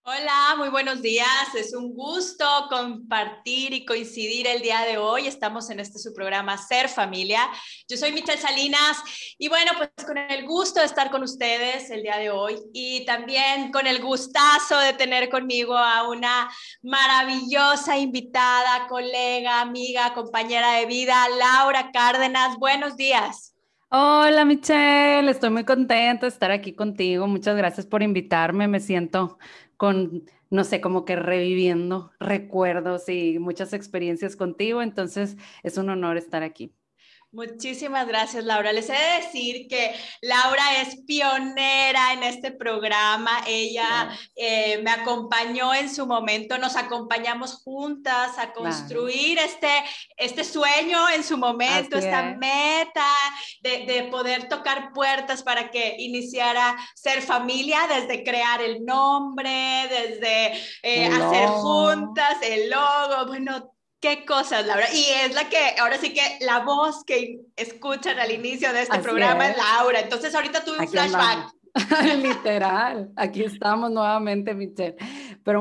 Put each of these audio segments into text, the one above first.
Hola, muy buenos días. Es un gusto compartir y coincidir el día de hoy. Estamos en su programa Ser Familia. Yo soy Michelle Salinas y bueno, pues con el gusto de estar con ustedes el día de hoy y también con el gustazo de tener conmigo a una maravillosa invitada, colega, amiga, compañera de vida, Laura Cárdenas. Buenos días. Hola Michelle, estoy muy contenta de estar aquí contigo. Muchas gracias por invitarme. Me siento con, no sé, como que reviviendo recuerdos y muchas experiencias contigo. Entonces es un honor estar aquí. Muchísimas gracias, Laura. Les he de decir que Laura es pionera en este programa. Ella Yes, me acompañó en su momento, nos acompañamos juntas a claro, construir este sueño en su momento, así esta es. meta de poder tocar puertas para que iniciara Ser Familia, desde crear el nombre, desde El hacer logo. juntas el logo, bueno, qué cosas, Laura. Y es la que, ahora sí que la voz que escuchan al inicio de este Así programa es es. Laura. Entonces ahorita tuve un Aquí flashback. andamos. Literal, aquí estamos nuevamente, Michelle, pero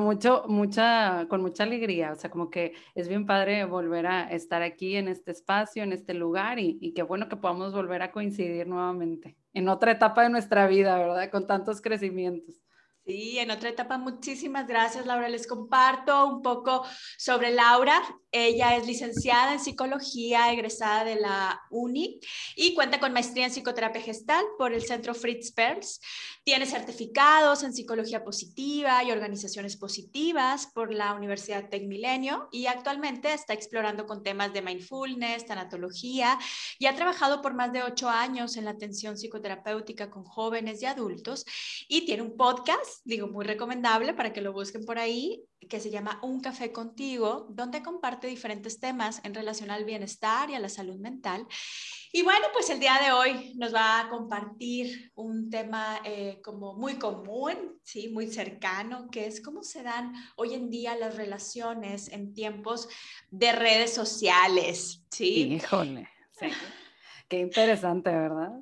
con mucha alegría, o sea, como que es bien padre volver a estar aquí en este espacio, en este lugar y qué bueno que podamos volver a coincidir nuevamente en otra etapa de nuestra vida, ¿verdad? Con tantos crecimientos. Sí, en otra etapa, muchísimas gracias, Laura. Les comparto un poco sobre Laura. Ella es licenciada en psicología, egresada de la UNI y cuenta con maestría en psicoterapia gestal por el Centro Fritz Perls. Tiene certificados en psicología positiva y organizaciones positivas por la Universidad Tec Milenio y actualmente está explorando con temas de mindfulness, tanatología y ha trabajado por más de 8 años en la atención psicoterapéutica con jóvenes y adultos y tiene un podcast, digo, muy recomendable para que lo busquen por ahí, que se llama Un Café Contigo, donde comparte diferentes temas en relación al bienestar y a la salud mental. Y bueno, pues el día de hoy nos va a compartir un tema como muy común, ¿sí? Muy cercano, que es cómo se dan hoy en día las relaciones en tiempos de redes sociales, ¿sí? Híjole, sí, qué interesante, ¿verdad?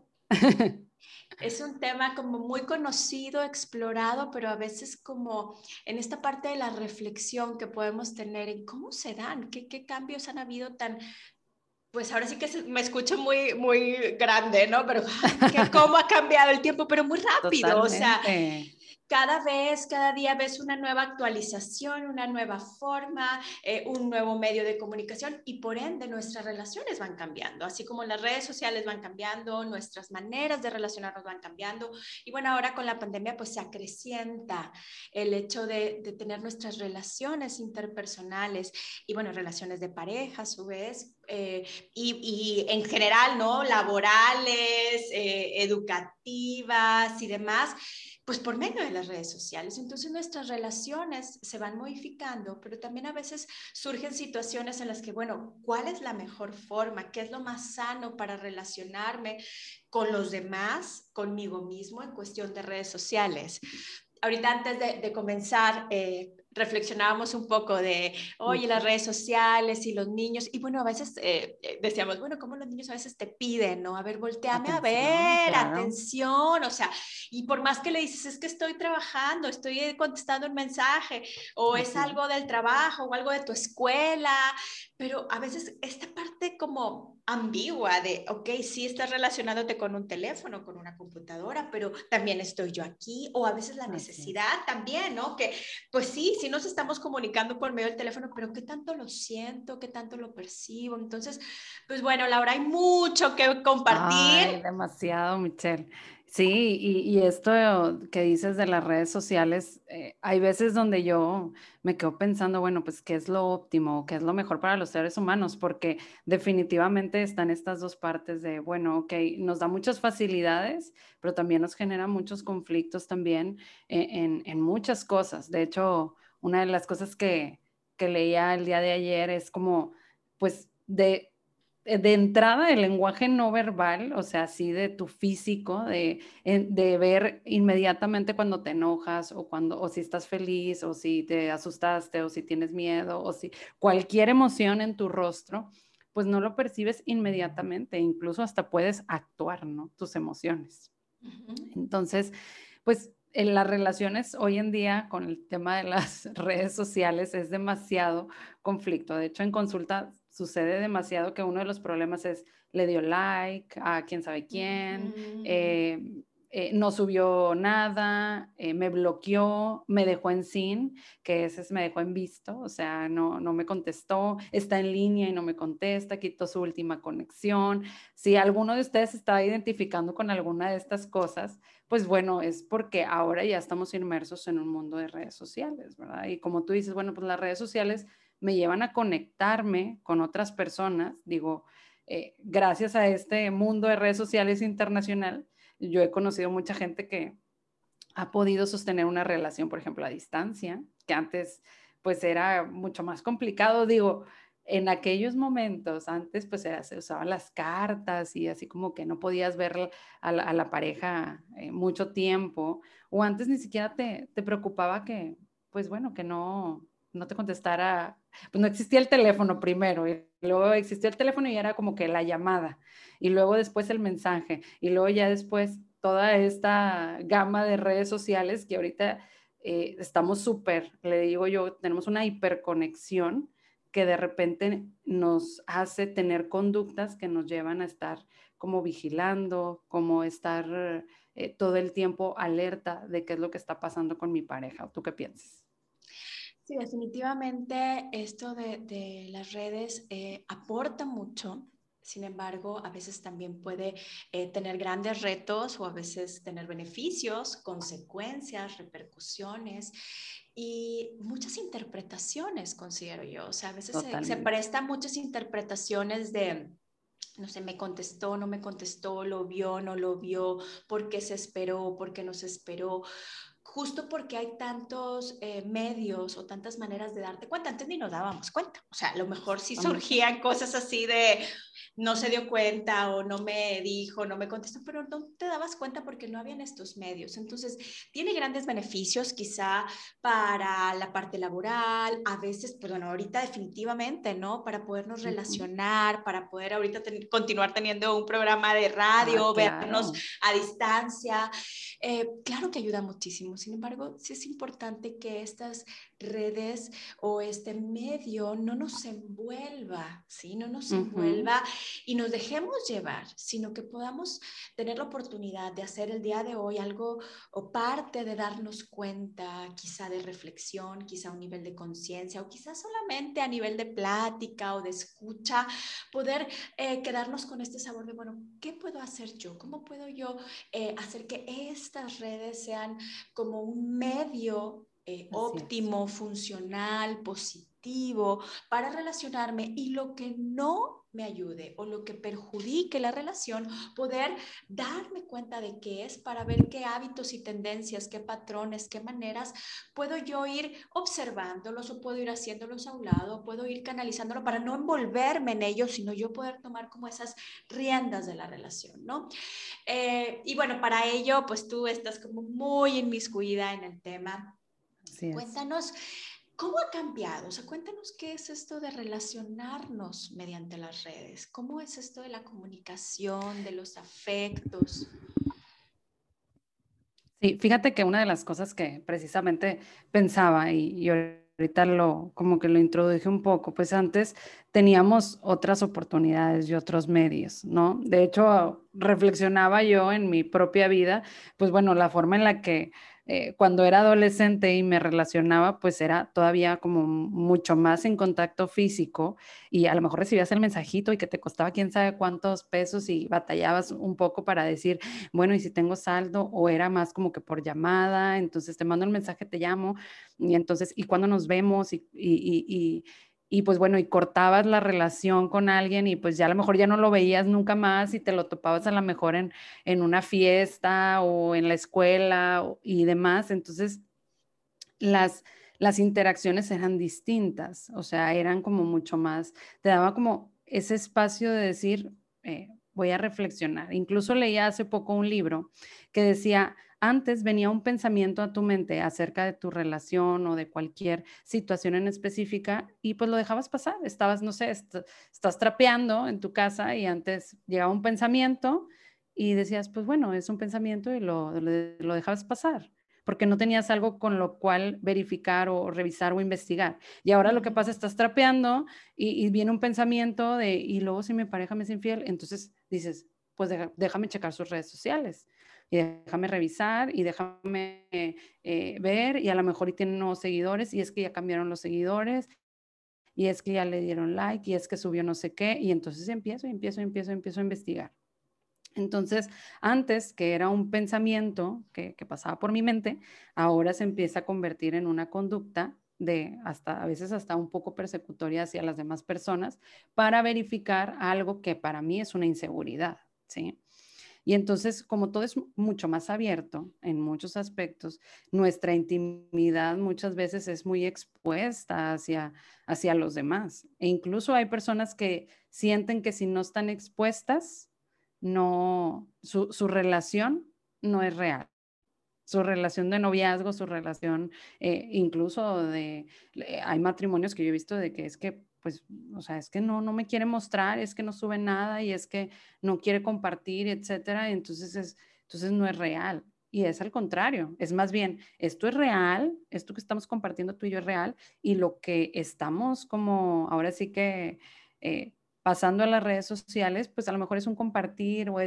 Es un tema como muy conocido, explorado, pero a veces como en esta parte de la reflexión que podemos tener en cómo se dan, qué cambios han habido tan, pues ahora sí que me escucho muy, muy grande, ¿no? Pero ay, cómo ha cambiado el tiempo, pero muy rápido, o sea, Totalmente. cada vez, cada día ves una nueva actualización, una nueva forma, un nuevo medio de comunicación y por ende nuestras relaciones van cambiando, así como las redes sociales van cambiando, nuestras maneras de relacionarnos van cambiando y bueno, ahora con la pandemia pues se acrecienta el hecho de tener nuestras relaciones interpersonales y bueno, relaciones de pareja a su vez. Y en general, ¿no? Laborales, educativas y demás, pues por medio de las redes sociales. Entonces nuestras relaciones se van modificando, pero también a veces surgen situaciones en las que, bueno, ¿cuál es la mejor forma? ¿Qué es lo más sano para relacionarme con los demás, conmigo mismo en cuestión de redes sociales? Ahorita antes de comenzar, reflexionábamos un poco de, oye, las Ujú. redes sociales y los niños, y bueno, a veces decíamos, bueno, ¿cómo los niños a veces te piden, no? A ver, volteame a Atención, ver, claro. atención, o sea, y por más que le dices, es que estoy trabajando, estoy contestando un mensaje, o es Así es. algo del trabajo, o algo de tu escuela, pero a veces esta parte como ambigua de, ok, sí estás relacionándote con un teléfono, con una computadora, pero también estoy yo aquí, o a veces la Así es. necesidad también, ¿no? Que pues sí, sí nos estamos comunicando por medio del teléfono, pero ¿qué tanto lo siento? ¿Qué tanto lo percibo? Entonces, pues bueno, Laura, hay mucho que compartir. Ay, demasiado, Michelle. Sí, y esto que dices de las redes sociales, hay veces donde yo me quedo pensando, bueno, pues, ¿qué es lo óptimo? ¿Qué es lo mejor para los seres humanos? Porque definitivamente están estas dos partes de, bueno, ok, nos da muchas facilidades, pero también nos genera muchos conflictos también en muchas cosas. De hecho, una de las cosas que leía el día de ayer es como, pues, de entrada el lenguaje no verbal, o sea, así de tu físico, de ver inmediatamente cuando te enojas o cuando, o si estás feliz, o si te asustaste, o si tienes miedo, o si cualquier emoción en tu rostro, pues no lo percibes inmediatamente, incluso hasta puedes actuar, ¿no? Tus emociones. Uh -huh. Entonces, pues en las relaciones hoy en día con el tema de las redes sociales es demasiado conflicto. De hecho, en consulta sucede demasiado que uno de los problemas es le dio like a quién sabe quién, Ujú. no subió nada, me bloqueó, me dejó en sin, que ese es me dejó en visto, o sea, no me contestó, está en línea y no me contesta, quitó su última conexión. Si alguno de ustedes está identificando con alguna de estas cosas, pues bueno, es porque ahora ya estamos inmersos en un mundo de redes sociales, ¿verdad? Y como tú dices, bueno, pues las redes sociales me llevan a conectarme con otras personas, digo, gracias a este mundo de redes sociales internacional, yo he conocido mucha gente que ha podido sostener una relación, por ejemplo, a distancia, que antes pues era mucho más complicado, digo, en aquellos momentos, antes pues se usaban las cartas y así como que no podías ver a la pareja mucho tiempo, o antes ni siquiera te preocupaba que, pues bueno, que no te contestara, pues no existía el teléfono primero, y luego existió el teléfono y era como que la llamada, y luego después el mensaje, y luego ya después toda esta gama de redes sociales que ahorita estamos súper, le digo yo, tenemos una hiperconexión que de repente nos hace tener conductas que nos llevan a estar como vigilando, como estar todo el tiempo alerta de qué es lo que está pasando con mi pareja. ¿Tú qué piensas? Sí, definitivamente esto de las redes aporta mucho. Sin embargo, a veces también puede tener grandes retos o a veces tener beneficios, consecuencias, repercusiones y muchas interpretaciones, considero yo. O sea, a veces se Totalmente. prestan muchas interpretaciones de, no sé, me contestó, no me contestó, lo vio, no lo vio, por qué se esperó, por qué no se esperó, justo porque hay tantos medios o tantas maneras de darte cuenta. Antes ni nos dábamos cuenta. O sea, a lo mejor sí Exactamente. surgían cosas así de no se dio cuenta o no me dijo, no me contestó, pero no te dabas cuenta porque no habían estos medios. Entonces, tiene grandes beneficios quizá para la parte laboral, a veces, pues bueno, ahorita definitivamente, ¿no? Para podernos Uh -huh. relacionar, para poder ahorita continuar teniendo un programa de Ah, radio, vernos claro. a distancia. Claro que ayuda muchísimo. Sin embargo, sí es importante que estas redes o este medio no nos envuelva, ¿sí? No nos Uh -huh. envuelva y nos dejemos llevar, sino que podamos tener la oportunidad de hacer el día de hoy algo o parte de darnos cuenta, quizá de reflexión, quizá a un nivel de conciencia o quizá solamente a nivel de plática o de escucha, poder quedarnos con este sabor de, bueno, ¿qué puedo hacer yo? ¿Cómo puedo yo hacer que estas redes sean como un medio Así es. óptimo, funcional, positivo para relacionarme y lo que no me ayude o lo que perjudique la relación, poder darme cuenta de qué es para ver qué hábitos y tendencias, qué patrones, qué maneras puedo yo ir observándolos o puedo ir haciéndolos a un lado, puedo ir canalizándolo para no envolverme en ellos, sino yo poder tomar como esas riendas de la relación, ¿no? Y bueno, para ello, pues tú estás como muy inmiscuida en el tema. Así es. Cuéntanos, ¿cómo ha cambiado? O sea, cuéntanos qué es esto de relacionarnos mediante las redes. ¿Cómo es esto de la comunicación, de los afectos? Sí, fíjate que una de las cosas que precisamente pensaba y ahorita como que lo introduje un poco, pues antes teníamos otras oportunidades y otros medios, ¿no? De hecho, reflexionaba yo en mi propia vida, pues bueno, la forma en la que cuando era adolescente y me relacionaba, pues era todavía como mucho más en contacto físico y a lo mejor recibías el mensajito y que te costaba quién sabe cuántos pesos y batallabas un poco para decir, bueno, ¿y si tengo saldo? O era más como que por llamada, entonces te mando el mensaje, te llamo, y entonces, ¿y cuándo nos vemos? Y pues bueno, y cortabas la relación con alguien y pues ya a lo mejor ya no lo veías nunca más y te lo topabas a lo mejor en una fiesta o en la escuela y demás. Entonces, las, las interacciones eran distintas, o sea, eran como mucho más, te daba como ese espacio de decir, voy a reflexionar. Incluso leía hace poco un libro que decía, antes venía un pensamiento a tu mente acerca de tu relación o de cualquier situación en específica y pues lo dejabas pasar, estabas, no sé, estás trapeando en tu casa y antes llegaba un pensamiento y decías, pues bueno, es un pensamiento y lo dejabas pasar. porque no tenías algo con lo cual verificar o revisar o investigar. Y ahora lo que pasa, estás trapeando y viene un pensamiento de, y luego si mi pareja me es infiel, entonces dices, pues déjame checar sus redes sociales y déjame revisar y déjame ver y a lo mejor y tienen nuevos seguidores y es que ya cambiaron los seguidores y es que ya le dieron like y es que subió no sé qué y entonces empiezo a investigar. Entonces, antes que era un pensamiento que pasaba por mi mente, ahora se empieza a convertir en una conducta de hasta a veces hasta un poco persecutoria hacia las demás personas para verificar algo que para mí es una inseguridad, ¿sí? Y entonces, como todo es mucho más abierto en muchos aspectos, nuestra intimidad muchas veces es muy expuesta hacia los demás. E incluso hay personas que sienten que si no están expuestas, no, su relación no es real. Su relación de noviazgo, su relación, incluso hay matrimonios que yo he visto de que es que, pues, o sea, es que no me quiere mostrar, es que no sube nada y es que no quiere compartir, etcétera. Entonces no es real. Y es al contrario, es más bien, esto es real, esto que estamos compartiendo tú y yo es real, y lo que estamos como, ahora sí que pasando a las redes sociales, pues a lo mejor es un compartir o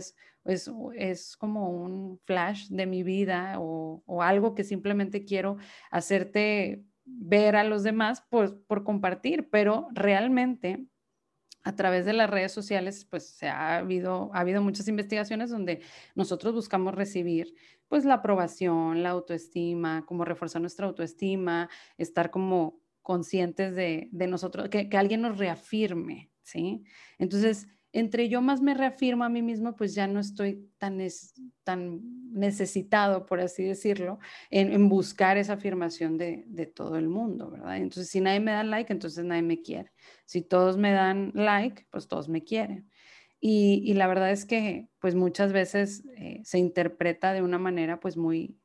es como un flash de mi vida o algo que simplemente quiero hacerte ver a los demás por compartir, pero realmente a través de las redes sociales, pues ha habido muchas investigaciones donde nosotros buscamos recibir pues la aprobación, la autoestima, como reforzar nuestra autoestima, estar como conscientes de nosotros, que alguien nos reafirme, ¿sí? Entonces, entre yo más me reafirmo a mí mismo, pues ya no estoy tan necesitado, por así decirlo, en buscar esa afirmación de todo el mundo, ¿verdad? Entonces, si nadie me da like, entonces nadie me quiere. Si todos me dan like, pues todos me quieren. Y la verdad es que pues muchas veces se interpreta de una manera pues muy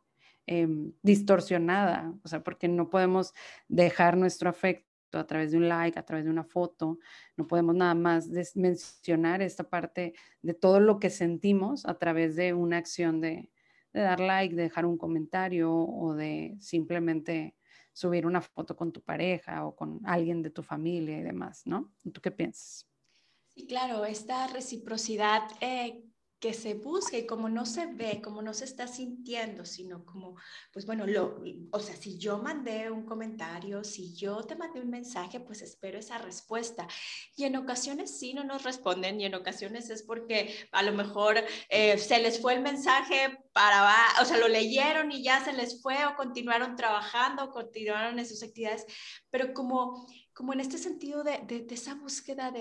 distorsionada, o sea, porque no podemos dejar nuestro afecto a través de un like, a través de una foto, no podemos nada más mencionar esta parte de todo lo que sentimos a través de una acción de dar like, de dejar un comentario o de simplemente subir una foto con tu pareja o con alguien de tu familia y demás, ¿no? ¿Tú qué piensas? Sí, claro, esta reciprocidad que se busca y como no se ve, como no se está sintiendo, sino como, pues bueno, o sea, si yo mandé un comentario, si yo te mandé un mensaje, pues espero esa respuesta. Y en ocasiones sí no nos responden y en ocasiones es porque a lo mejor se les fue el mensaje o sea, lo leyeron y ya se les fue o continuaron trabajando, o continuaron en sus actividades, pero como en este sentido de esa búsqueda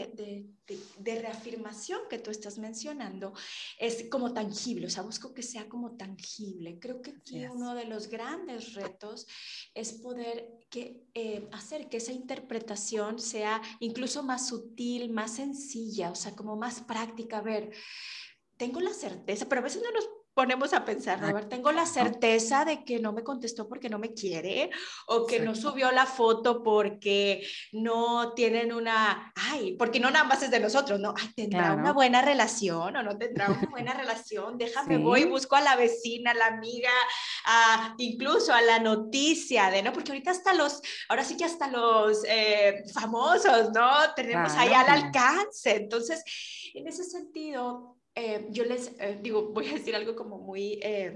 de reafirmación que tú estás mencionando, es como tangible, o sea, busco que sea como tangible. Creo que Así aquí es. uno de los grandes retos es poder hacer que esa interpretación sea incluso más sutil, más sencilla, o sea, como más práctica. A ver, tengo la certeza, pero a veces no nos ponemos a pensar, ¿no? A ver, tengo la Exacto, certeza de que no me contestó porque no me quiere o que no exacto. subió la foto porque no tienen porque no nada más es de nosotros, ¿no? Ay, ¿tendrá una Claro, buena relación o no tendrá una buena relación? Déjame, voy, sí, busco a la vecina, a la amiga, incluso a la noticia ¿no? Porque ahorita ahora sí que hasta los famosos, ¿no? Tenemos ahí al claro. alcance. Entonces, en ese sentido, yo les digo, voy a decir algo como muy,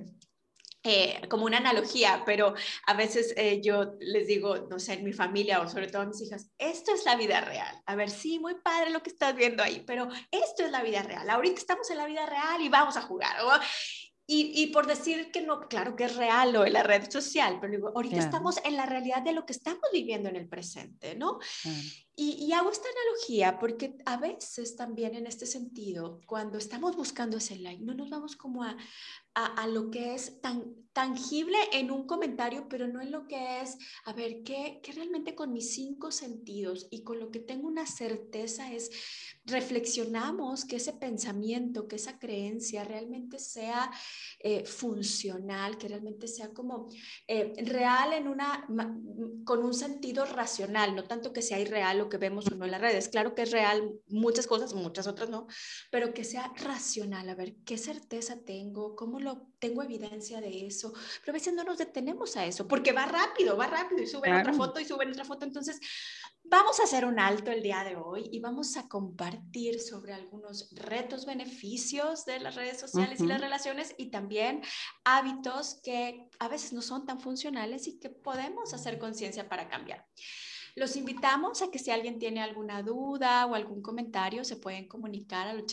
como una analogía, pero a veces yo les digo, no sé, en mi familia o sobre todo a mis hijas, esto es la vida real. A ver, sí, muy padre lo que estás viendo ahí, pero esto es la vida real. Ahorita estamos en la vida real y vamos a jugar. Y por decir que no, claro que es real lo de la red social, pero digo, ahorita Claro, estamos en la realidad de lo que estamos viviendo en el presente, ¿no? claro. Y hago esta analogía porque a veces también en este sentido, cuando estamos buscando ese like, no nos vamos como a lo que es tan tangible en un comentario, pero no en lo que es, a ver, ¿qué realmente con mis cinco sentidos y con lo que tengo una certeza es, reflexionamos que ese pensamiento, que esa creencia realmente sea funcional, que realmente sea como real con un sentido racional, no tanto que sea irreal lo que vemos o no en las redes. Claro que es real muchas cosas, muchas otras no, pero que sea racional. A ver, ¿qué certeza tengo? ¿Cómo tengo evidencia de eso, pero a veces no nos detenemos a eso, porque va rápido, y suben Claro. otra foto y suben otra foto. Entonces, vamos a hacer un alto el día de hoy y vamos a compartir sobre algunos retos, beneficios de las redes sociales y las relaciones, y también hábitos que a veces no son tan funcionales y que podemos hacer conciencia para cambiar. Los invitamos a que si alguien tiene alguna duda o algún comentario, se pueden comunicar al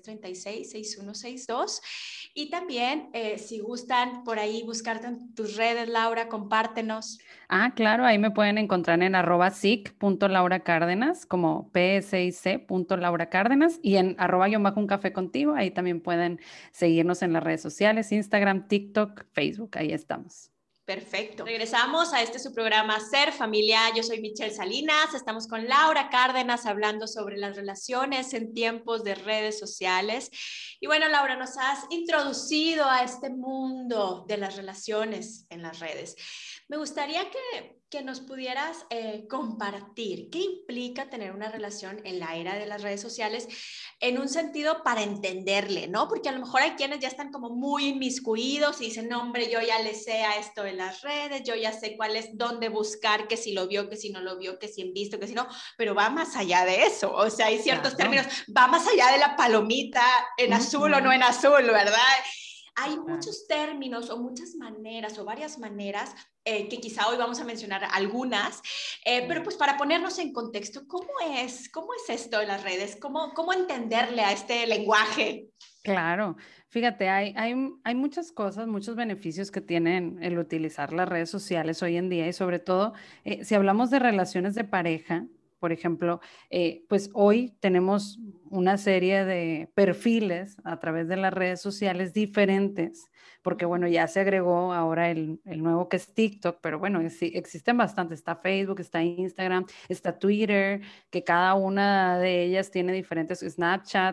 8336-6162. Y también, si gustan por ahí buscarte en tus redes, Laura, compártenos. Claro, ahí me pueden encontrar en @sic.lauracárdenas, como psic.lauracárdenas, y en @un café contigo. Ahí también pueden seguirnos en las redes sociales, Instagram, TikTok, Facebook, ahí estamos. Perfecto. Regresamos a su programa Ser Familia. Yo soy Michelle Salinas. Estamos con Laura Cárdenas hablando sobre las relaciones en tiempos de redes sociales. Y bueno, Laura, nos has introducido a este mundo de las relaciones en las redes. Me gustaría que nos pudieras compartir qué implica tener una relación en la era de las redes sociales, en un sentido para entenderle, ¿no? Porque a lo mejor hay quienes ya están como muy inmiscuidos y dicen, no, hombre, yo ya le sé a esto de las redes, yo ya sé cuál es, dónde buscar, que si lo vio, que si no lo vio, que si en visto, que si no, pero va más allá de eso. O sea, hay ciertos términos, va más allá de la palomita en azul o no en azul, ¿verdad? Hay muchos términos o muchas maneras o varias maneras que quizá hoy vamos a mencionar algunas, pero pues para ponernos en contexto, ¿cómo es esto de las redes? ¿Cómo entenderle a este lenguaje? Claro, fíjate, hay muchas cosas, muchos beneficios que tienen el utilizar las redes sociales hoy en día y sobre todo si hablamos de relaciones de pareja, por ejemplo, pues hoy tenemos una serie de perfiles a través de las redes sociales diferentes, porque bueno, ya se agregó ahora el nuevo que es TikTok, pero bueno, sí, existen bastante, está Facebook, está Instagram, está Twitter, que cada una de ellas tiene diferentes, Snapchat,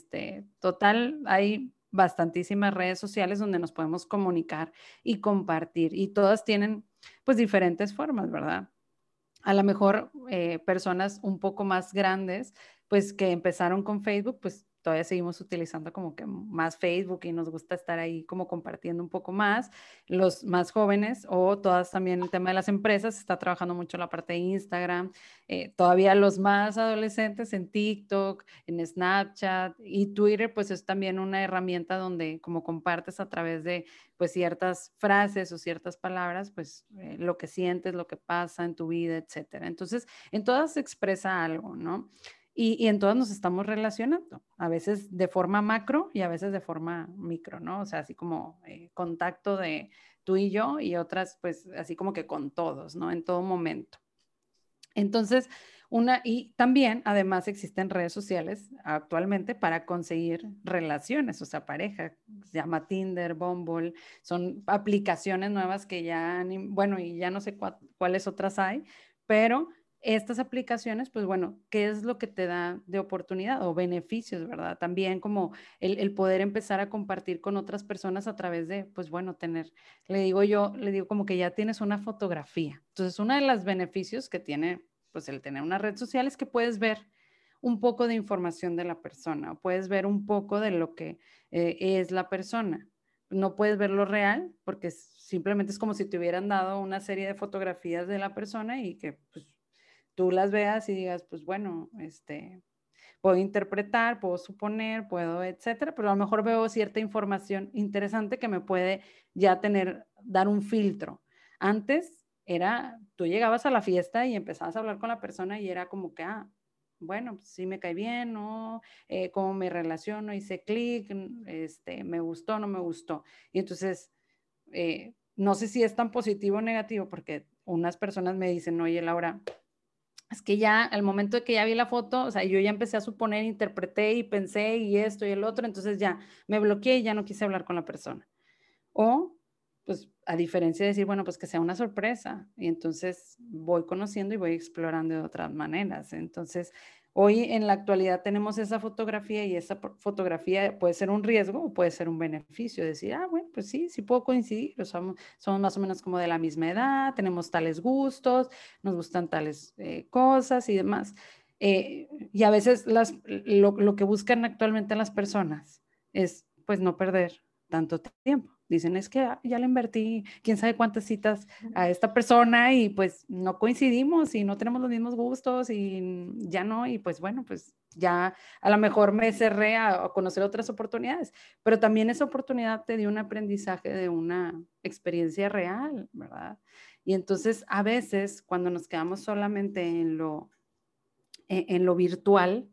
total, hay bastantísimas redes sociales donde nos podemos comunicar y compartir y todas tienen pues diferentes formas, ¿verdad? A lo mejor personas un poco más grandes, pues que empezaron con Facebook, pues todavía seguimos utilizando como que más Facebook y nos gusta estar ahí como compartiendo un poco más. Los más jóvenes o todas también el tema de las empresas, está trabajando mucho la parte de Instagram. Todavía los más adolescentes en TikTok, en Snapchat y Twitter, pues es también una herramienta donde como compartes a través de pues ciertas frases o ciertas palabras, pues lo que sientes, lo que pasa en tu vida, etcétera. Entonces, en todas se expresa algo, ¿no? Y en todas nos estamos relacionando, a veces de forma macro y a veces de forma micro, ¿no? O sea, así como contacto de tú y yo y otras, pues así como que con todos, ¿no? En todo momento. Entonces, y también, además, existen redes sociales actualmente para conseguir relaciones, o sea, pareja, se llama Tinder, Bumble, son aplicaciones nuevas que ya, bueno, y ya no sé cuáles otras hay, pero estas aplicaciones, pues bueno, ¿qué es lo que te da de oportunidad o beneficios, verdad? También como el poder empezar a compartir con otras personas a través de, pues bueno, le digo como que ya tienes una fotografía. Entonces, uno de los beneficios que tiene, pues el tener una red social es que puedes ver un poco de información de la persona, o puedes ver un poco de lo que es la persona. No puedes ver lo real porque simplemente es como si te hubieran dado una serie de fotografías de la persona y que pues, tú las veas y digas, pues bueno, puedo interpretar, puedo suponer, puedo, etcétera, pero a lo mejor veo cierta información interesante que me puede ya dar un filtro. Antes tú llegabas a la fiesta y empezabas a hablar con la persona y era como que, bueno, pues sí me cae bien, ¿no? Cómo me relaciono, hice clic, me gustó, no me gustó. Y entonces, no sé si es tan positivo o negativo, porque unas personas me dicen, oye, Laura, es que ya al momento de que ya vi la foto, o sea, yo ya empecé a suponer, interpreté y pensé y esto y el otro, entonces ya me bloqueé y ya no quise hablar con la persona. O, pues, a diferencia de decir, bueno, pues que sea una sorpresa y entonces voy conociendo y voy explorando de otras maneras. Entonces, hoy en la actualidad tenemos esa fotografía y esa fotografía puede ser un riesgo o puede ser un beneficio. Decir, bueno, pues sí, sí puedo coincidir, o somos más o menos como de la misma edad, tenemos tales gustos, nos gustan tales cosas y demás. Y a veces lo que buscan actualmente las personas es, pues, no perder tanto tiempo. Dicen, es que ya le invertí quién sabe cuántas citas a esta persona y pues no coincidimos y no tenemos los mismos gustos y ya no, y pues bueno, pues ya a lo mejor me cerré a conocer otras oportunidades, pero también esa oportunidad te dio un aprendizaje de una experiencia real, ¿verdad? Y entonces a veces cuando nos quedamos solamente en lo virtual,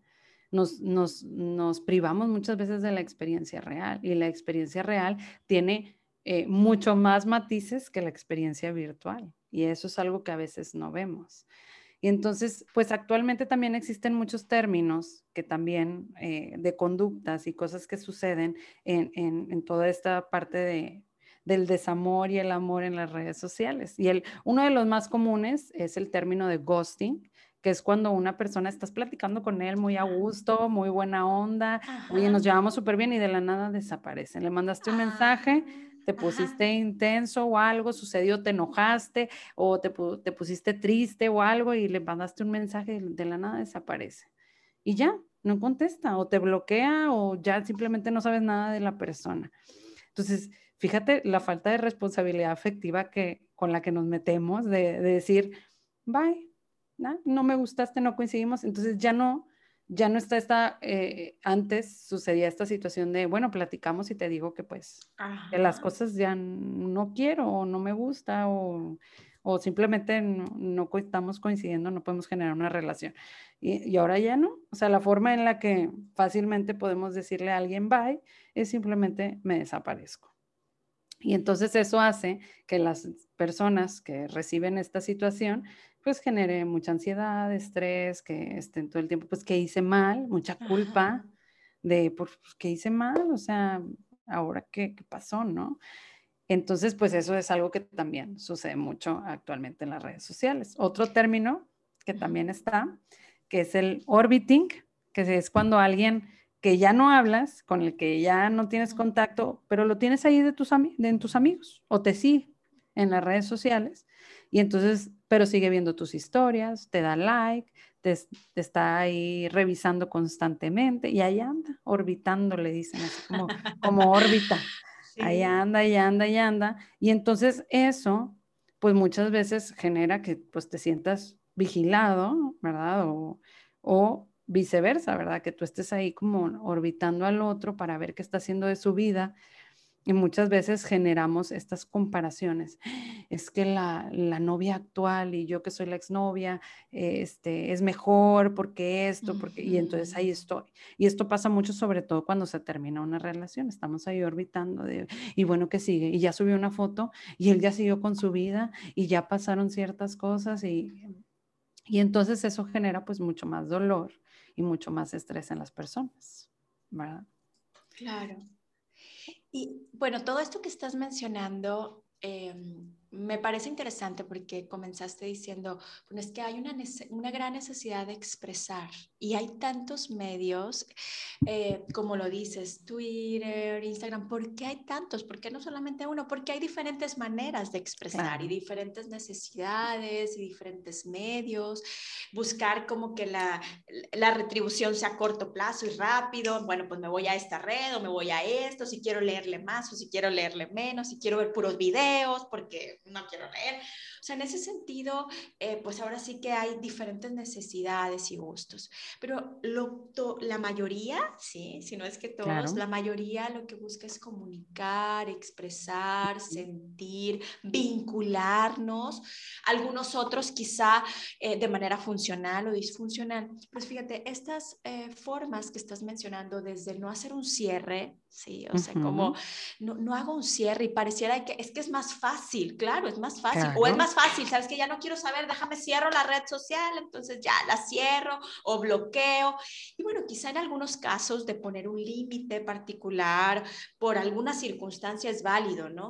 nos privamos muchas veces de la experiencia real y la experiencia real tiene mucho más matices que la experiencia virtual y eso es algo que a veces no vemos. Y entonces, pues actualmente también existen muchos términos que también de conductas y cosas que suceden en toda esta parte del desamor y el amor en las redes sociales. Y uno de los más comunes es el término de ghosting, que es cuando una persona estás platicando con él muy a gusto, muy buena onda, oye, Ajá. nos llevamos súper bien y de la nada desaparecen. Le mandaste un Ah, mensaje, te ajá. pusiste intenso o algo, sucedió, te enojaste o te pusiste triste o algo y le mandaste un mensaje y de la nada desaparece. Y ya, no contesta o te bloquea o ya simplemente no sabes nada de la persona. Entonces, fíjate la falta de responsabilidad afectiva con la que nos metemos de decir, bye, no me gustaste, no coincidimos, entonces ya no está antes sucedía esta situación de, bueno, platicamos y te digo que pues, que las Ajá. cosas ya no quiero o no me gusta o simplemente no estamos coincidiendo, no podemos generar una relación. Y ahora ya no, o sea, la forma en la que fácilmente podemos decirle a alguien bye es simplemente me desaparezco. Y entonces eso hace que las personas que reciben esta situación, pues genere mucha ansiedad, estrés, que estén todo el tiempo, pues que hice mal, mucha Ajá. culpa de, pues, que hice mal, o sea, ahora qué pasó, ¿no? Entonces, pues eso es algo que también sucede mucho actualmente en las redes sociales. Otro término que también Ujú. está, que es el orbiting, que es cuando alguien que ya no hablas, con el que ya no tienes Ujú. contacto, pero lo tienes ahí en tus amigos o te sigue en las redes sociales y entonces, pero sigue viendo tus historias, te da like, te está ahí revisando constantemente y ahí anda, orbitando, le dicen así como órbita. Ahí Sí. anda, y anda, y anda. Y entonces eso, pues muchas veces genera que pues te sientas vigilado, ¿verdad? O viceversa, ¿verdad? Que tú estés ahí como orbitando al otro para ver qué está haciendo de su vida y muchas veces generamos estas comparaciones. Es que la novia actual y yo que soy la exnovia, es mejor porque esto, porque, y entonces ahí Ujú. estoy. Y esto pasa mucho, sobre todo cuando se termina una relación. Estamos ahí orbitando y bueno, ¿qué sigue? Y ya subió una foto y él ya siguió con su vida y ya pasaron ciertas cosas y entonces eso genera pues mucho más dolor y mucho más estrés en las personas, ¿verdad? Claro. Y bueno, todo esto que estás mencionando me parece interesante porque comenzaste diciendo, bueno, es que hay una gran necesidad de expresar y hay tantos medios, como lo dices, Twitter, Instagram, ¿por qué hay tantos? ¿Por qué no solamente uno? Porque hay diferentes maneras de expresar y Claro. diferentes necesidades y diferentes medios. Buscar como que la retribución sea a corto plazo y rápido, bueno, pues me voy a esta red o me voy a esto, si quiero leerle más o si quiero leerle menos, si quiero ver puros videos porque no quiero leer. O sea, en ese sentido, pues ahora sí que hay diferentes necesidades y gustos, pero la mayoría, sí, si no es que todos, Claro. la mayoría lo que busca es comunicar, expresar, sentir, vincularnos. Algunos otros quizá de manera funcional o disfuncional. Pues fíjate, estas formas que estás mencionando, desde el no hacer un cierre, sí, o sea, como Ujú. no hago un cierre y pareciera que es más fácil, claro, es más fácil, o es Claro. más fácil, sabes que ya no quiero saber, déjame cierro la red social, entonces ya la cierro o bloqueo. Y bueno, quizá en algunos casos de poner un límite particular por alguna circunstancia es válido, ¿no?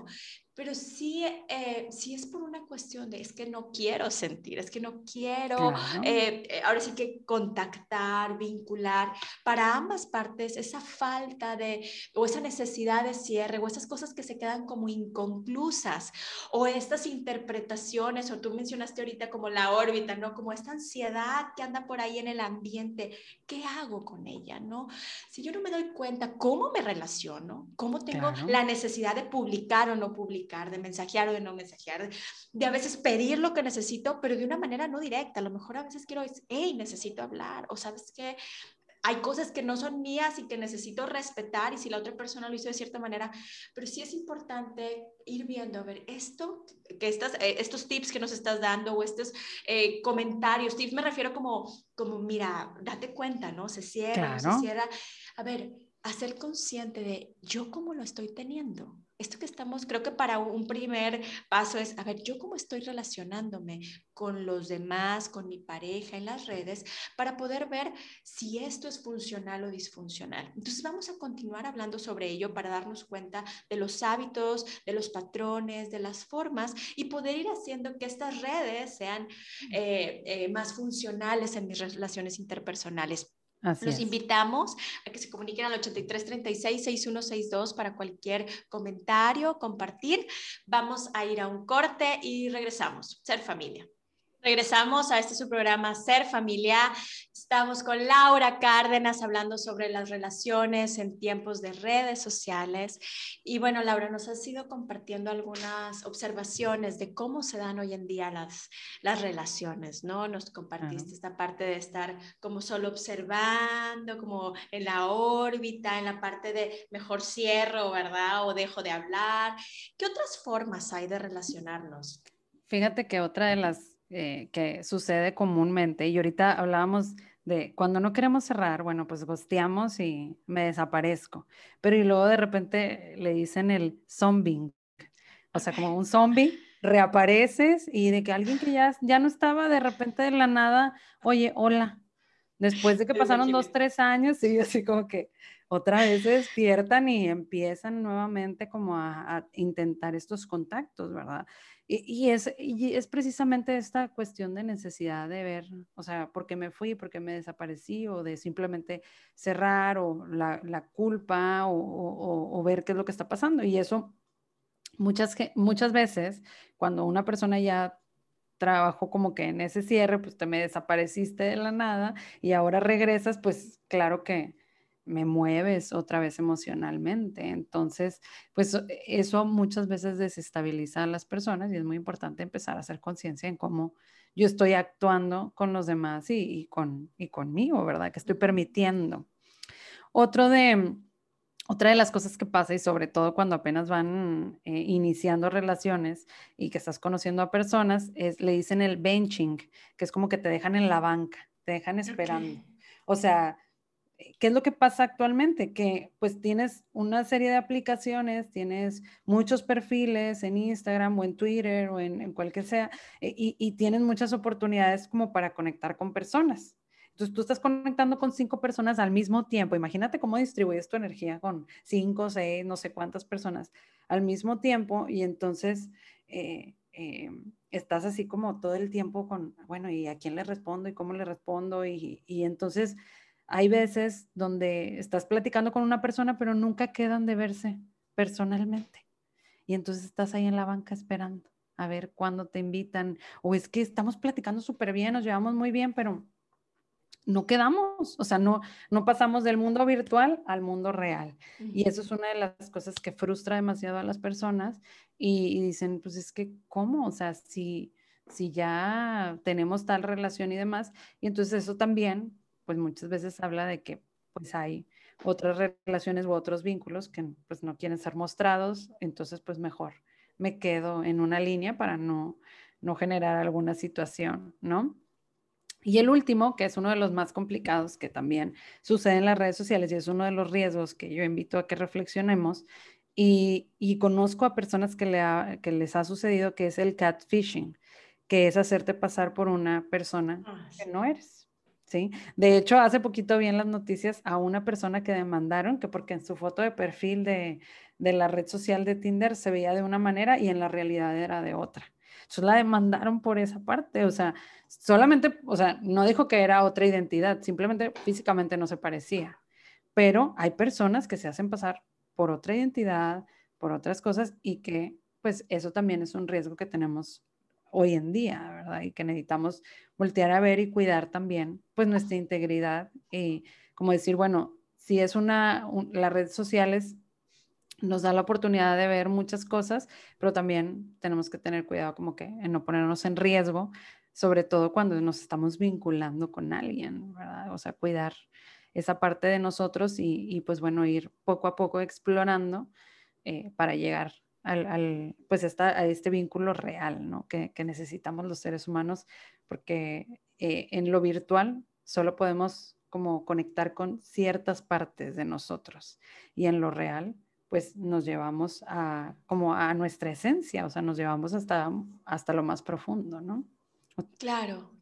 Pero sí, sí es por una cuestión de, es que no quiero sentir, es que no quiero, Claro, ahora sí que contactar, vincular, para ambas partes esa falta de, o esa necesidad de cierre, o esas cosas que se quedan como inconclusas, o estas interpretaciones, o tú mencionaste ahorita como la órbita, ¿no? Como esta ansiedad que anda por ahí en el ambiente, ¿qué hago con ella, no? Si yo no me doy cuenta cómo me relaciono, cómo tengo claro, la necesidad de publicar o no publicar, de mensajear o de no mensajear, de a veces pedir lo que necesito, pero de una manera no directa. A lo mejor a veces quiero decir, hey, necesito hablar, o sabes que hay cosas que no son mías y que necesito respetar y si la otra persona lo hizo de cierta manera, pero sí es importante ir viendo, a ver, esto, que estos tips que nos estás dando o estos comentarios, tips me refiero como, mira, date cuenta, ¿no? Se cierra, no se claro. cierra. A ver, hacer consciente de yo cómo lo estoy teniendo. Esto que estamos, creo que para un primer paso es, a ver, yo cómo estoy relacionándome con los demás, con mi pareja en las redes, para poder ver si esto es funcional o disfuncional. Entonces vamos a continuar hablando sobre ello para darnos cuenta de los hábitos, de los patrones, de las formas y poder ir haciendo que estas redes sean más funcionales en mis relaciones interpersonales. Así Los es. invitamos a que se comuniquen al 8336-6162 para cualquier comentario, compartir. Vamos a ir a un corte y regresamos. Ser familia. Regresamos a este su programa Ser Familia. Estamos con Laura Cárdenas hablando sobre las relaciones en tiempos de redes sociales. Y bueno, Laura, nos has ido compartiendo algunas observaciones de cómo se dan hoy en día las relaciones, ¿no? Nos Claro. compartiste esta parte de estar como solo observando, como en la órbita, en la parte de mejor cierro, ¿verdad? O dejo de hablar. ¿Qué otras formas hay de relacionarnos? Fíjate que otra de las que sucede comúnmente, y ahorita hablábamos de cuando no queremos cerrar, bueno, pues gosteamos y me desaparezco, pero y luego de repente le dicen el zombie, o sea, como un zombie, reapareces y de que alguien que ya no estaba de repente de la nada, oye, hola, después de que Desde pasaron aquí 2, 3 años, y así como que otra vez se despiertan y empiezan nuevamente como a intentar estos contactos, ¿verdad? Y es precisamente esta cuestión de necesidad de ver, o sea, por qué me fui, por qué me desaparecí, o de simplemente cerrar, o la culpa, o ver qué es lo que está pasando. Y eso muchas veces, cuando una persona ya trabajó como que en ese cierre, pues te me desapareciste de la nada y ahora regresas, pues claro que me mueves otra vez emocionalmente. Entonces, pues eso muchas veces desestabiliza a las personas y es muy importante empezar a hacer conciencia en cómo yo estoy actuando con los demás y conmigo, ¿verdad? Que estoy permitiendo. Otro de, Otra de las cosas que pasa, y sobre todo cuando apenas van iniciando relaciones y que estás conociendo a personas, le dicen el benching, que es como que te dejan en la banca, te dejan Ok. esperando. O sea, ¿qué es lo que pasa actualmente? Que pues tienes una serie de aplicaciones, tienes muchos perfiles en Instagram o en Twitter o en cualquier sea, y tienes muchas oportunidades como para conectar con personas. Entonces tú estás conectando con 5 personas al mismo tiempo. Imagínate cómo distribuyes tu energía con 5, 6, no sé cuántas personas al mismo tiempo y entonces estás así como todo el tiempo con, bueno, ¿y a quién le respondo y cómo le respondo? Y entonces hay veces donde estás platicando con una persona, pero nunca quedan de verse personalmente. Y entonces estás ahí en la banca esperando a ver cuándo te invitan. O es que estamos platicando súper bien, nos llevamos muy bien, pero no quedamos, o sea, no pasamos del mundo virtual al mundo real. Y eso es Ujú. una de las cosas que frustra demasiado a las personas y dicen, pues es que, ¿cómo? O sea, si ya tenemos tal relación y demás, y entonces eso también, pues muchas veces habla de que pues hay otras relaciones u otros vínculos que pues no quieren ser mostrados, entonces pues mejor me quedo en una línea para no generar alguna situación, ¿no? Y el último, que es uno de los más complicados, que también sucede en las redes sociales y es uno de los riesgos que yo invito a que reflexionemos, y conozco a personas que les ha sucedido, que es el catfishing, que es hacerte pasar por una persona Ah, que sí. no eres, ¿sí? De hecho, hace poquito vi en las noticias a una persona que demandaron que porque en su foto de perfil de la red social de Tinder se veía de una manera y en la realidad era de otra. Entonces la demandaron por esa parte, o sea, solamente, o sea, no dijo que era otra identidad, simplemente físicamente no se parecía. Pero hay personas que se hacen pasar por otra identidad, por otras cosas y que pues eso también es un riesgo que tenemos hoy en día, ¿verdad? Y que necesitamos voltear a ver y cuidar también pues nuestra integridad y como decir, bueno, si es las redes sociales nos da la oportunidad de ver muchas cosas, pero también tenemos que tener cuidado como que en no ponernos en riesgo, sobre todo cuando nos estamos vinculando con alguien, ¿verdad? O sea, cuidar esa parte de nosotros y pues bueno, ir poco a poco explorando para llegar pues a este vínculo real, ¿no? Que necesitamos los seres humanos, porque en lo virtual solo podemos como conectar con ciertas partes de nosotros y en lo real pues nos llevamos como a nuestra esencia, o sea, nos llevamos hasta lo más profundo, ¿no? Claro,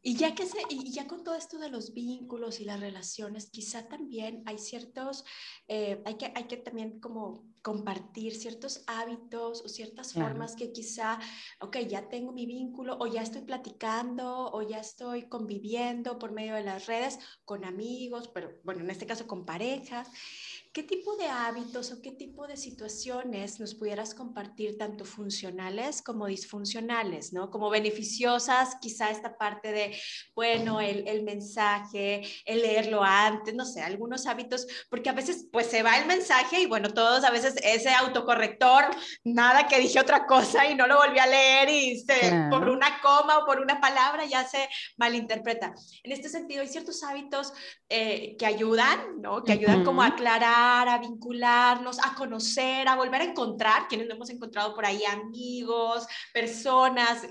y ya con todo esto de los vínculos y las relaciones, quizá también hay ciertos, hay que también como compartir ciertos hábitos o ciertas Claro, formas que quizá, ok, ya tengo mi vínculo o ya estoy platicando o ya estoy conviviendo por medio de las redes con amigos, pero bueno, en este caso con parejas. ¿Qué tipo de hábitos o qué tipo de situaciones nos pudieras compartir, tanto funcionales como disfuncionales, ¿no? Como beneficiosas, quizá esta parte de, bueno, el mensaje, el leerlo antes, no sé, algunos hábitos, porque a veces pues se va el mensaje y bueno, todos a veces ese autocorrector, nada que dije otra cosa y no lo volví a leer y por claro. una coma o por una palabra ya se malinterpreta. En este sentido, hay ciertos hábitos que ayudan, ¿no? Que ayudan como a Ujú, aclarar, a vincularnos, a conocer, a volver a encontrar, quienes no hemos encontrado por ahí amigos, personas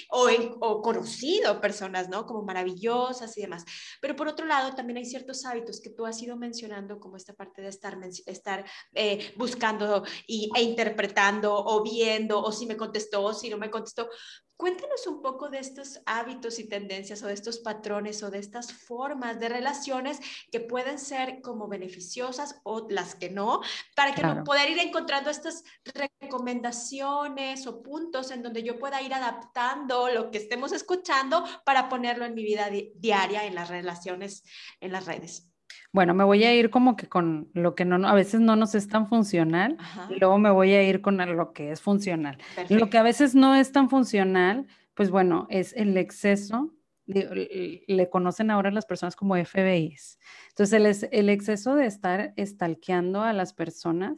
o conocido personas, ¿no? Como maravillosas y demás. Pero por otro lado, también hay ciertos hábitos que tú has ido mencionando, como esta parte de estar buscando e interpretando o viendo, o si me contestó, o si no me contestó. Cuéntanos un poco de estos hábitos y tendencias o de estos patrones o de estas formas de relaciones que pueden ser como beneficiosas o las que no, para que no claro. poder ir encontrando estas recomendaciones o puntos en donde yo pueda ir adaptando lo que estemos escuchando para ponerlo en mi vida diaria en las relaciones en las redes. Bueno, me voy a ir como que con lo que no, a veces no nos es tan funcional y Ajá, luego me voy a ir con lo que es funcional. Lo que perfecto. a veces no es tan funcional, pues bueno, es el exceso. Le conocen ahora las personas como FBIs. Entonces, el exceso de estar stalkeando a las personas,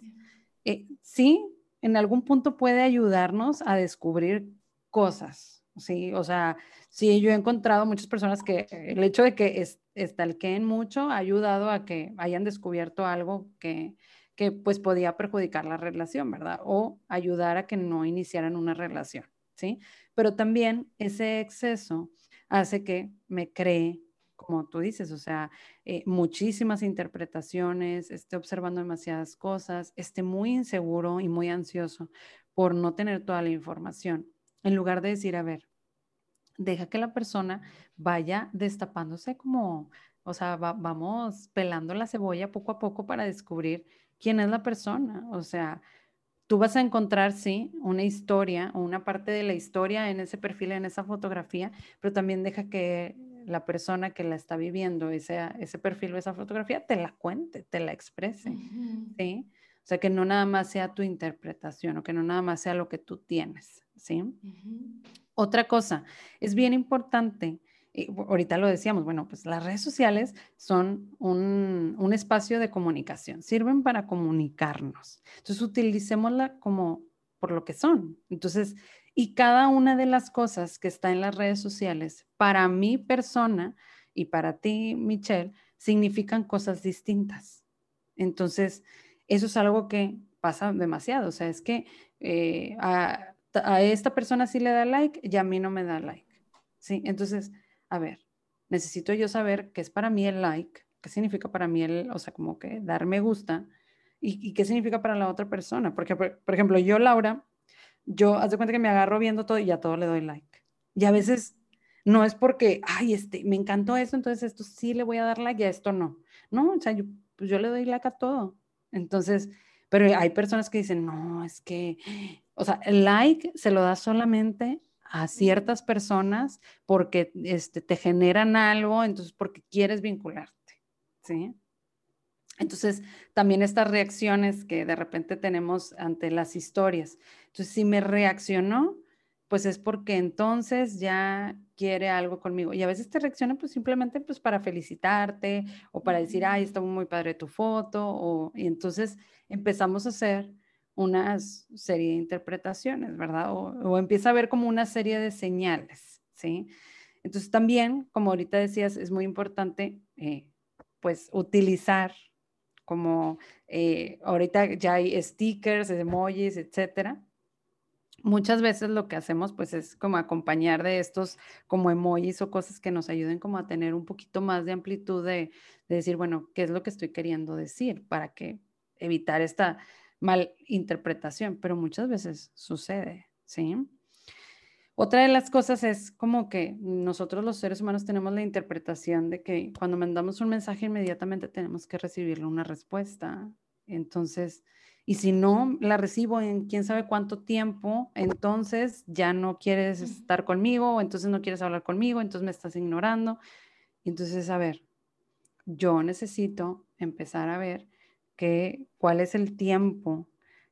sí, en algún punto puede ayudarnos a descubrir cosas, ¿sí? O sea, sí, yo he encontrado muchas personas que el hecho de que stalkeen mucho ha ayudado a que hayan descubierto algo que pues podía perjudicar la relación, ¿verdad? O ayudar a que no iniciaran una relación, ¿sí? Pero también ese exceso hace que me cree, como tú dices, o sea, muchísimas interpretaciones, esté observando demasiadas cosas, esté muy inseguro y muy ansioso por no tener toda la información, en lugar de decir, a ver, deja que la persona vaya destapándose como, o sea, vamos pelando la cebolla poco a poco para descubrir quién es la persona. O sea, tú vas a encontrar, sí, una historia o una parte de la historia en ese perfil, en esa fotografía, pero también deja que la persona que la está viviendo, ese perfil o esa fotografía, te la cuente, te la exprese, Ujú, ¿sí? O sea, que no nada más sea tu interpretación o que no nada más sea lo que tú tienes, ¿sí? ujú. Otra cosa, es bien importante, ahorita lo decíamos, bueno, pues las redes sociales son un espacio de comunicación, sirven para comunicarnos. Entonces, utilicémosla como por lo que son. Entonces, y cada una de las cosas que está en las redes sociales, para mi persona y para ti, Michelle, significan cosas distintas. Entonces, eso es algo que pasa demasiado. O sea, es que a esta persona sí le da like y a mí no me da like. ¿Sí? Entonces, a ver, necesito yo saber qué es para mí el like, qué significa para mí o sea, como que dar me gusta y qué significa para la otra persona. Porque, por ejemplo, yo, Laura, yo, haz de cuenta que me agarro viendo todo y a todo le doy like. Y a veces no es porque, ay, me encantó eso, entonces esto sí le voy a dar like y a esto no. No, o sea, pues yo le doy like a todo. Entonces, Pero hay personas que dicen, no, es que, o sea, el like se lo da solamente a ciertas personas porque te generan algo, entonces porque quieres vincularte, ¿sí? Entonces, también estas reacciones que de repente tenemos ante las historias. Entonces, si me reaccionó, pues es porque entonces ya quiere algo conmigo. Y a veces te reacciona pues simplemente pues para felicitarte o para decir, ay, está muy padre tu foto. Y entonces empezamos a hacer una serie de interpretaciones, ¿verdad? O empieza a haber como una serie de señales, ¿sí? Entonces también, como ahorita decías, es muy importante pues utilizar como ahorita ya hay stickers, emojis, etcétera. Muchas veces lo que hacemos pues es como acompañar de estos como emojis o cosas que nos ayuden como a tener un poquito más de amplitud de decir, bueno, ¿qué es lo que estoy queriendo decir? Para que evitar esta mal interpretación, pero muchas veces sucede, ¿sí? Otra de las cosas es como que nosotros los seres humanos tenemos la interpretación de que cuando mandamos un mensaje inmediatamente tenemos que recibirle una respuesta. Entonces, y si no la recibo en quién sabe cuánto tiempo, entonces ya no quieres estar conmigo, o entonces no quieres hablar conmigo, entonces me estás ignorando. Entonces, a ver, yo necesito empezar a ver cuál es el tiempo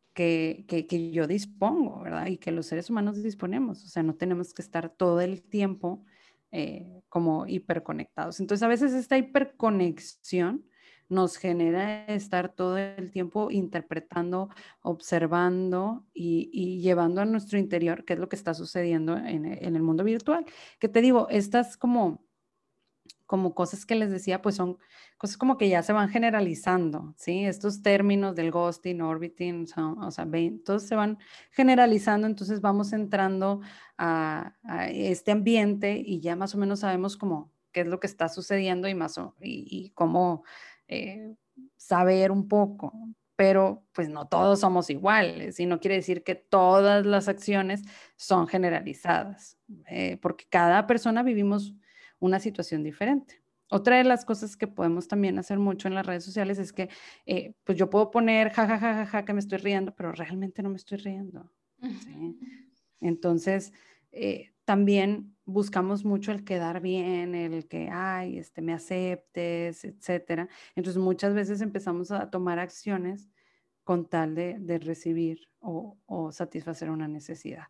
que yo dispongo, ¿verdad? Y que los seres humanos disponemos. O sea, no tenemos que estar todo el tiempo como hiperconectados. Entonces, a veces esta hiperconexión nos genera estar todo el tiempo interpretando, observando y llevando a nuestro interior qué es lo que está sucediendo en el mundo virtual. Que te digo, estas como cosas que les decía, pues son cosas como que ya se van generalizando, ¿sí? Estos términos del ghosting, orbiting, o sea, todos se van generalizando, entonces vamos entrando a este ambiente y ya más o menos sabemos como qué es lo que está sucediendo y cómo saber un poco, pero pues no todos somos iguales y no quiere decir que todas las acciones son generalizadas, porque cada persona vivimos una situación diferente. Otra de las cosas que podemos también hacer mucho en las redes sociales es que pues yo puedo poner ja, que me estoy riendo, pero realmente no me estoy riendo. ¿Sí? Entonces, también buscamos mucho el quedar bien, el que, ay, me aceptes, etcétera. Entonces, muchas veces empezamos a tomar acciones con tal de recibir o satisfacer una necesidad.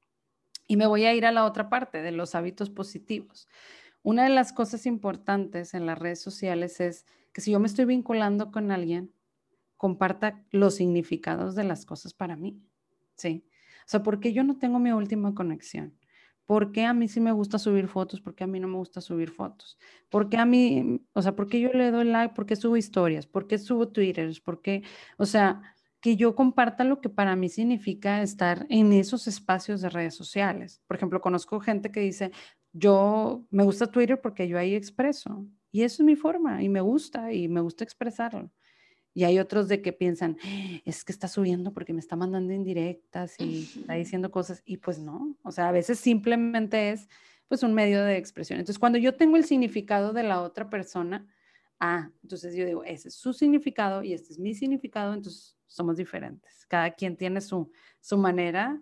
Y me voy a ir a la otra parte de los hábitos positivos. Una de las cosas importantes en las redes sociales es que si yo me estoy vinculando con alguien, comparta los significados de las cosas para mí, ¿sí? O sea, ¿por qué yo no tengo mi última conexión? ¿Por qué a mí sí me gusta subir fotos? ¿Por qué a mí no me gusta subir fotos? ¿Por qué a mí, o sea, por qué yo le doy like? ¿Por qué subo historias? ¿Por qué subo twitters? ¿Por qué? O sea, que yo comparta lo que para mí significa estar en esos espacios de redes sociales. Por ejemplo, conozco gente que dice, yo me gusta Twitter porque yo ahí expreso y eso es mi forma y me gusta expresarlo. Y hay otros de que piensan, es que está subiendo porque me está mandando indirectas y está diciendo cosas y pues no, o sea, a veces simplemente es pues un medio de expresión. Entonces, cuando yo tengo el significado de la otra persona, entonces yo digo, ese es su significado y este es mi significado, entonces somos diferentes. Cada quien tiene su manera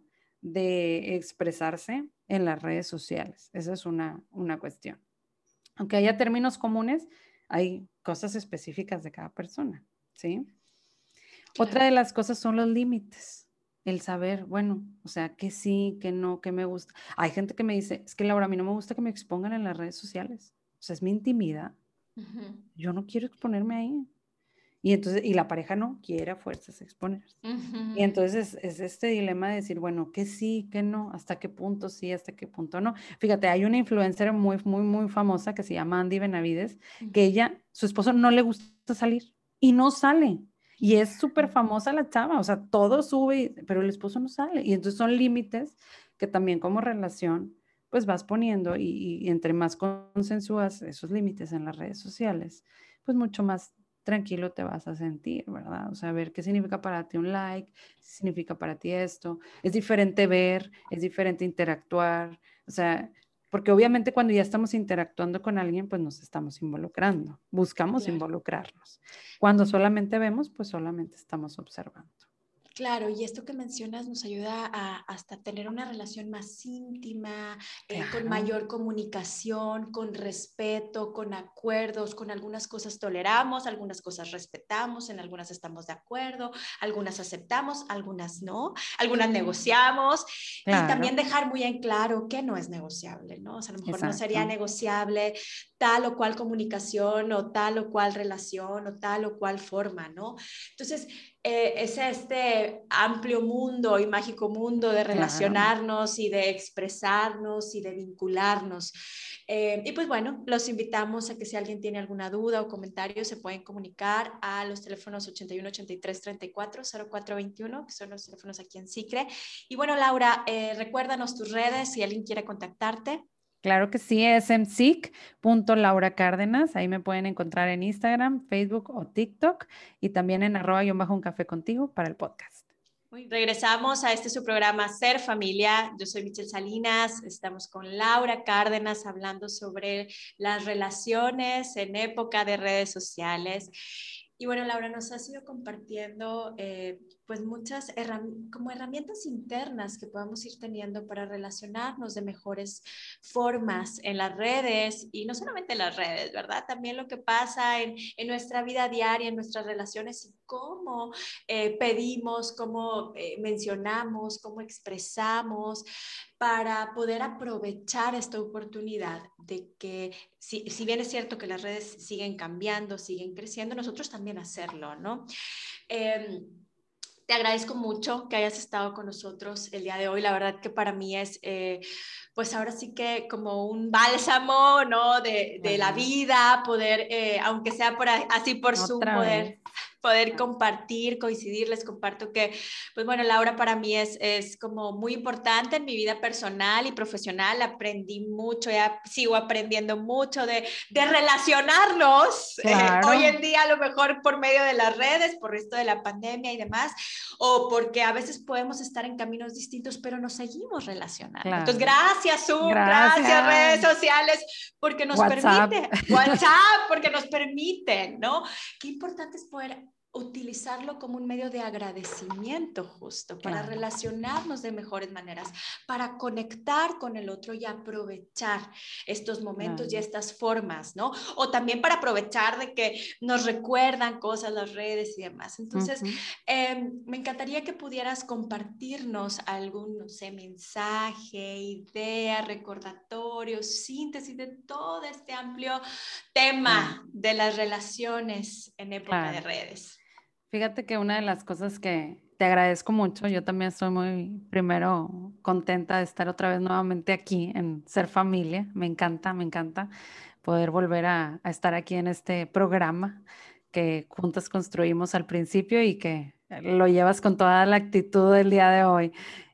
de expresarse en las redes sociales. Esa es una cuestión. Aunque haya términos comunes, hay cosas específicas de cada persona, ¿sí? Claro. Otra de las cosas son los límites, el saber, bueno, o sea, que sí, que no, que me gusta. Hay gente que me dice, es que Laura, a mí no me gusta que me expongan en las redes sociales, o sea, es mi intimidad, Ujú, yo no quiero exponerme ahí. Y entonces, y la pareja no quiere a fuerzas exponerse. Y ujú. entonces es este dilema de decir, bueno, que sí, que no, hasta qué punto sí, hasta qué punto no. Fíjate, hay una influencer muy famosa que se llama Andy Benavides, que su esposo no le gusta salir y no sale. Y es súper famosa la chava, o sea, todo sube, pero el esposo no sale. Y entonces son límites que también como relación, pues vas poniendo y entre más consensúas esos límites en las redes sociales, pues mucho más tranquilo te vas a sentir, ¿verdad? O sea, ver qué significa para ti un like, significa para ti esto. Es diferente ver, es diferente interactuar. O sea, porque obviamente cuando ya estamos interactuando con alguien, pues nos estamos involucrando, buscamos Claro. involucrarnos. Cuando solamente vemos, pues solamente estamos observando. Claro, y esto que mencionas nos ayuda a hasta tener una relación más íntima, con Claro, mayor comunicación, con respeto, con acuerdos, con algunas cosas toleramos, algunas cosas respetamos, en algunas estamos de acuerdo, algunas aceptamos, algunas no, algunas negociamos y también claro, dejar muy en claro que no es negociable, ¿no? O sea, a lo mejor no sería exacto. negociable tal o cual comunicación o tal o cual relación o tal o cual forma, ¿no? Entonces, es este amplio mundo y mágico mundo de Claro. relacionarnos y de expresarnos y de vincularnos. Y pues bueno, los invitamos a que si alguien tiene alguna duda o comentario, se pueden comunicar a los teléfonos 81 83 34 0421, que son los teléfonos aquí en SICRE. Y bueno, Laura, recuérdanos tus redes si alguien quiere contactarte. Claro que sí, es msic.laura Cárdenas. Ahí me pueden encontrar en Instagram, Facebook o TikTok y también en @un café contigo para el podcast. Regresamos a este su programa Ser Familia. Yo soy Michelle Salinas. Estamos con Laura Cárdenas hablando sobre las relaciones en época de redes sociales. Y bueno, Laura, nos has ido compartiendo pues muchas como herramientas internas que podamos ir teniendo para relacionarnos de mejores formas en las redes y no solamente en las redes, ¿verdad? También lo que pasa en nuestra vida diaria, en nuestras relaciones y cómo pedimos, cómo mencionamos, cómo expresamos para poder aprovechar esta oportunidad de que, si bien es cierto que las redes siguen cambiando, siguen creciendo, nosotros también hacerlo, ¿no? Eh, Te agradezco mucho que hayas estado con nosotros el día de hoy. La verdad que para mí es, pues ahora sí que como un bálsamo, ¿no? De la Claro. vida, poder, aunque sea así por Zoom, Otra vez. poder compartir, coincidir. Les comparto que, pues bueno, Laura para mí es como muy importante en mi vida personal y profesional. Aprendí mucho, ya sigo aprendiendo mucho de relacionarnos hoy Claro, en día, a lo mejor por medio de las redes, por esto de la pandemia y demás, o porque a veces podemos estar en caminos distintos, pero nos seguimos relacionando. Entonces, claro. gracias Zoom, gracias redes Gracias. sociales, porque nos WhatsApp. permite, WhatsApp, porque nos permiten, ¿no? Qué importante es poder utilizarlo como un medio de agradecimiento justo, para Claro, relacionarnos de mejores maneras, para conectar con el otro y aprovechar estos momentos y claro. estas formas, ¿no? O también para aprovechar de que nos recuerdan cosas las redes y demás. Entonces, Ujú. me encantaría que pudieras compartirnos algún, no sé, mensaje, idea, recordatorio, síntesis de todo este amplio Claro, tema de las relaciones en época de claro. redes. Fíjate que una de las cosas que te agradezco mucho, yo también estoy muy, primero, contenta de estar otra vez nuevamente aquí en Ser Familia. Me encanta poder volver a estar aquí en este programa que juntas construimos al principio y que lo llevas con toda la actitud del día de hoy.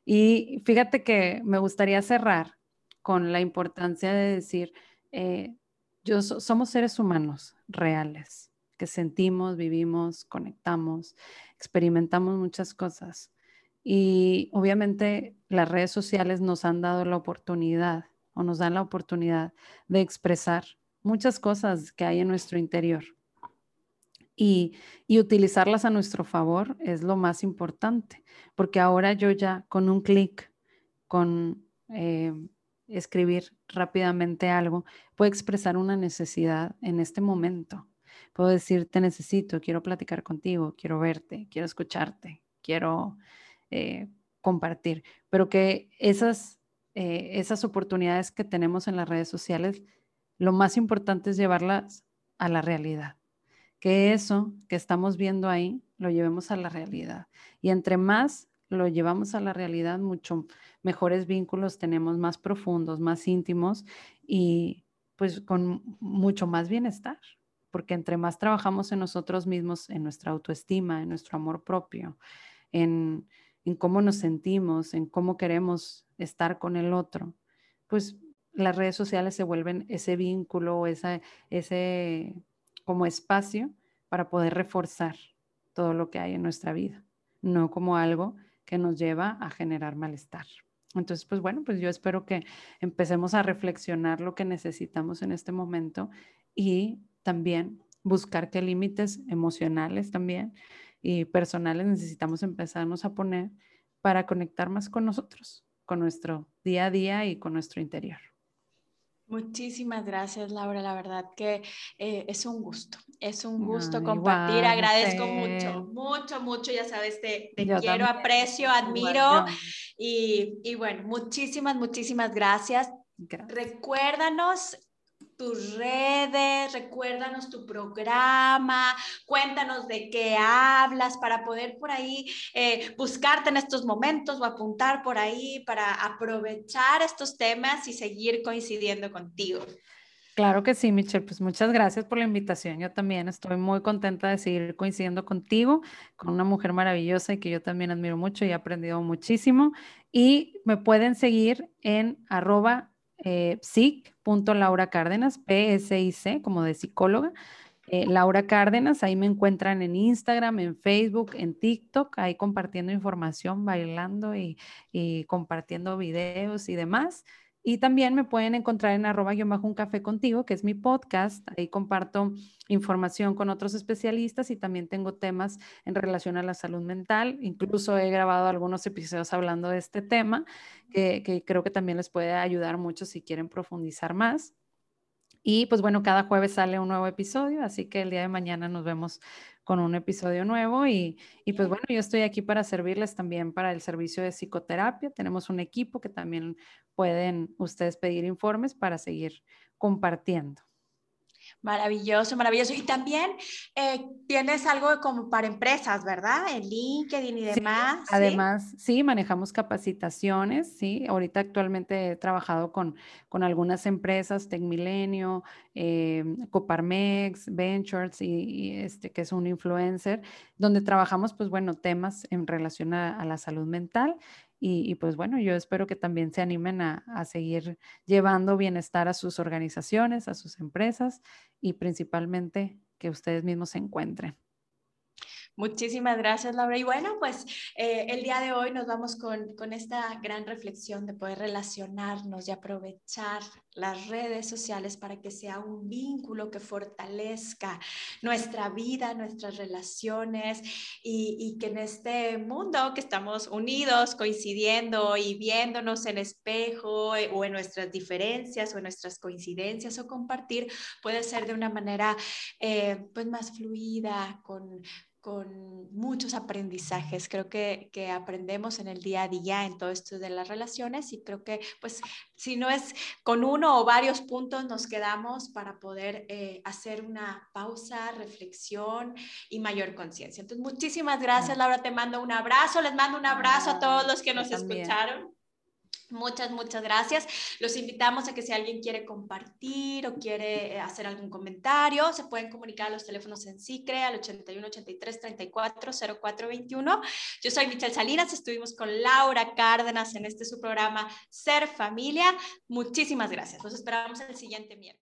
Y fíjate que me gustaría cerrar con la importancia de decir, eh, somos seres humanos reales que sentimos, vivimos, conectamos, experimentamos muchas cosas. Y obviamente las redes sociales nos han dado la oportunidad o nos dan la oportunidad de expresar muchas cosas que hay en nuestro interior. Y utilizarlas a nuestro favor es lo más importante, porque ahora yo ya con un clic, con escribir rápidamente algo, puedo expresar una necesidad en este momento. Puedo decir, te necesito, quiero platicar contigo, quiero verte, quiero escucharte, quiero eh, compartir, pero que esas oportunidades que tenemos en las redes sociales, lo más importante es llevarlas a la realidad, que eso que estamos viendo ahí lo llevemos a la realidad. Y entre más lo llevamos a la realidad, mucho mejores vínculos tenemos, más profundos, más íntimos y pues con mucho más bienestar, porque entre más trabajamos en nosotros mismos, en nuestra autoestima, en nuestro amor propio, en, en cómo nos sentimos, en cómo queremos estar con el otro, pues las redes sociales se vuelven ese vínculo, ese como espacio para poder reforzar todo lo que hay en nuestra vida, no como algo que nos lleva a generar malestar. Entonces, pues bueno, pues yo espero que empecemos a reflexionar lo que necesitamos en este momento y también buscar qué límites emocionales también y personales necesitamos empezarnos a poner para conectar más con nosotros, con nuestro día a día y con nuestro interior. Muchísimas gracias, Laura. La verdad que es un gusto compartir. Igual, Agradezco mucho, Michelle. mucho, mucho. Ya sabes, te Yo quiero, también, aprecio, igual admiro yo. y bueno, muchísimas, muchísimas gracias. Gracias. Recuérdanos tus redes, recuérdanos tu programa, cuéntanos de qué hablas para poder por ahí buscarte en estos momentos o apuntar por ahí para aprovechar estos temas y seguir coincidiendo contigo. Claro que sí, Michelle. Pues muchas gracias por la invitación. Yo también estoy muy contenta de seguir coincidiendo contigo, con una mujer maravillosa y que yo también admiro mucho y he aprendido muchísimo. Y me pueden seguir en @psic.lauracárdenas, PSIC, como de psicóloga. Laura Cárdenas, ahí me encuentran en Instagram, en Facebook, en TikTok, ahí compartiendo información, bailando y compartiendo videos y demás. Y también me pueden encontrar en @un café contigo, que es mi podcast. Ahí comparto información con otros especialistas y también tengo temas en relación a la salud mental. Incluso he grabado algunos episodios hablando de este tema, que creo que también les puede ayudar mucho si quieren profundizar más. Y pues bueno, cada jueves sale un nuevo episodio, así que el día de mañana nos vemos con un episodio nuevo y pues bueno, yo estoy aquí para servirles también para el servicio de psicoterapia. Tenemos un equipo que también pueden ustedes pedir informes para seguir compartiendo. Maravilloso, maravilloso. Y también tienes algo como para empresas, ¿verdad? En LinkedIn y Sí, demás, ¿sí? además, sí, manejamos capacitaciones, sí. Ahorita actualmente he trabajado con algunas empresas, Tecmilenio, Coparmex, Ventures que es un influencer, donde trabajamos, pues bueno, temas en relación a la salud mental. Pues bueno, yo espero que también se animen a seguir llevando bienestar a sus organizaciones, a sus empresas y principalmente que ustedes mismos se encuentren. Muchísimas gracias, Laura. Y bueno, pues el día de hoy nos vamos con esta gran reflexión de poder relacionarnos y aprovechar las redes sociales para que sea un vínculo que fortalezca nuestra vida, nuestras relaciones y que en este mundo que estamos unidos, coincidiendo y viéndonos en espejo o en nuestras diferencias o en nuestras coincidencias o compartir, puede ser de una manera pues más fluida, con muchos aprendizajes. Creo que aprendemos en el día a día en todo esto de las relaciones y creo que pues si no es con uno o varios puntos nos quedamos para poder hacer una pausa, reflexión y mayor conciencia. Entonces, muchísimas gracias, Laura. Te mando un abrazo. Les mando un abrazo a todos los que Yo nos también. escucharon. Muchas, muchas gracias. Los invitamos a que si alguien quiere compartir o quiere hacer algún comentario, se pueden comunicar a los teléfonos en SICRE al 81 83 34 04 21. Yo soy Michelle Salinas, estuvimos con Laura Cárdenas en este su programa Ser Familia. Muchísimas gracias. Los esperamos el siguiente miércoles.